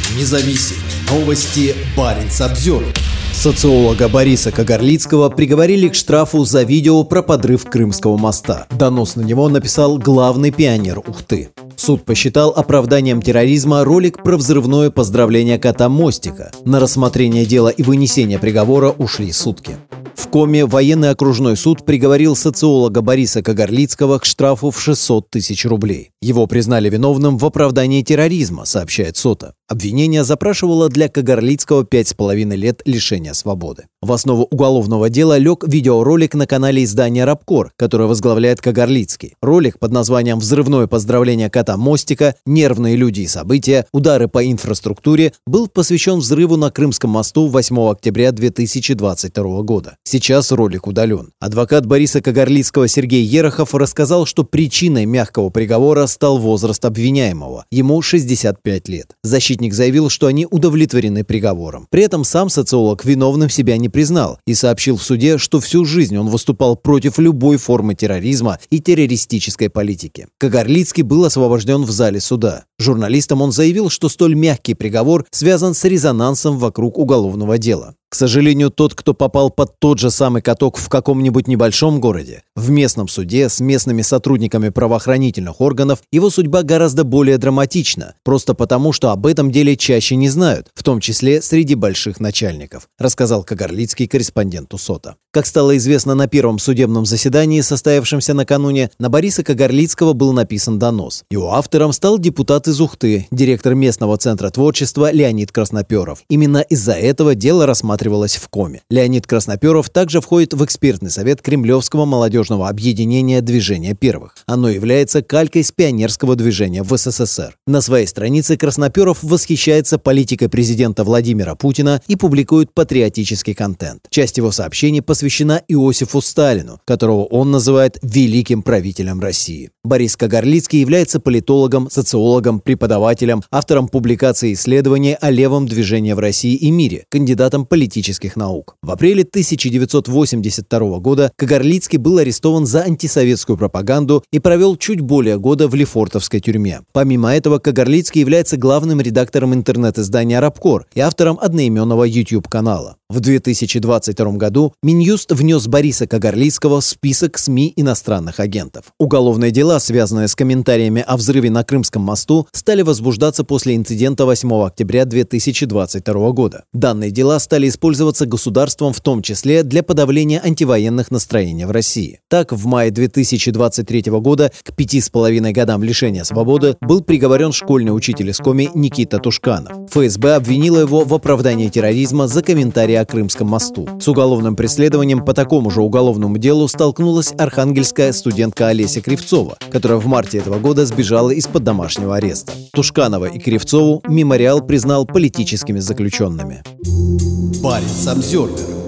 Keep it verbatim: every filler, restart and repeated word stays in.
Независимые новости. Баренц-Обзервер. Социолога Бориса Кагарлицкого приговорили к штрафу за видео про подрыв Крымского моста. Донос на него написал главный пионер Ухты. Суд посчитал оправданием терроризма ролик про взрывное поздравление кота Мостика. На рассмотрение дела и вынесение приговора ушли сутки. В Коме военный окружной суд приговорил социолога Бориса Кагарлицкого к штрафу в шестьсот тысяч рублей. Его признали виновным в оправдании терроризма, сообщает СОТА. Обвинение запрашивало для Кагарлицкого пять с половиной лет лишения свободы. В основу уголовного дела лег видеоролик на канале издания «Рабкор», которое возглавляет Кагарлицкий. Ролик под названием «Взрывное поздравление кота Мостика. Нервные люди и события. Удары по инфраструктуре» был посвящен взрыву на Крымском мосту восьмого октября две тысячи двадцать второго года. Сейчас ролик удален. Адвокат Бориса Кагарлицкого Сергей Ерохов рассказал, что причиной мягкого приговора стал возраст обвиняемого. Ему шестьдесят пять лет. Защитник заявил, что они удовлетворены приговором. При этом сам социолог виновным себя не признал и сообщил в суде, что всю жизнь он выступал против любой формы терроризма и террористической политики. Кагарлицкий был освобожден в зале суда. Журналистам он заявил, что столь мягкий приговор связан с резонансом вокруг уголовного дела. К сожалению, тот, кто попал под тот же самый каток в каком-нибудь небольшом городе, в местном суде с местными сотрудниками правоохранительных органов, его судьба гораздо более драматична, просто потому, что об этом деле чаще не знают, в том числе среди больших начальников, рассказал Кагарлицкий корреспонденту СОТА. Как стало известно на первом судебном заседании, состоявшемся накануне, на Бориса Кагарлицкого был написан донос. Его автором стал депутат из Ухты, директор местного центра творчества Леонид Красноперов. Именно из-за этого дело рассматривалось в Коме. Леонид Красноперов также входит в экспертный совет Кремлевского молодежного объединения «Движение первых». Оно является калькой с пионерского движения в СССР. На своей странице Красноперов восхищается политикой президента Владимира Путина и публикует патриотический контент. Часть его сообщений посвящена Иосифу Сталину, которого он называет великим правителем России. Борис Кагарлицкий является политологом, социологом, преподавателем, автором публикаций и исследований о левом движении в России и мире, кандидатом политических наук. В апреле тысяча девятьсот восемьдесят второго года Кагарлицкий был арестован за антисоветскую пропаганду и провел чуть более года в Лефортовской тюрьме. Помимо этого, Кагарлицкий является главным редактором интернет-издания «Рабкор» и автором одноименного YouTube-канала. В две тысячи двадцать втором году Минюст внес Бориса Кагарлицкого в список СМИ иностранных агентов. Уголовные дела, связанные с комментариями о взрыве на Крымском мосту, стали возбуждаться после инцидента восьмого октября две тысячи двадцать второго года. Данные дела стали использоваться государством в том числе для подавления антивоенных настроений в России. Так, в мае две тысячи двадцать третьего года к пяти с половиной годам лишения свободы был приговорен школьный учитель из Коми Никита Тушканов. ФСБ обвинила его в оправдании терроризма за комментарии о Крымском мосту. С уголовным преследованием по такому же уголовному делу столкнулась архангельская студентка Олеся Кривцова, которая в марте этого года сбежала из-под домашнего ареста. Тушканова и Кривцову мемориал признал политическими заключенными. Баренц-Обзервер.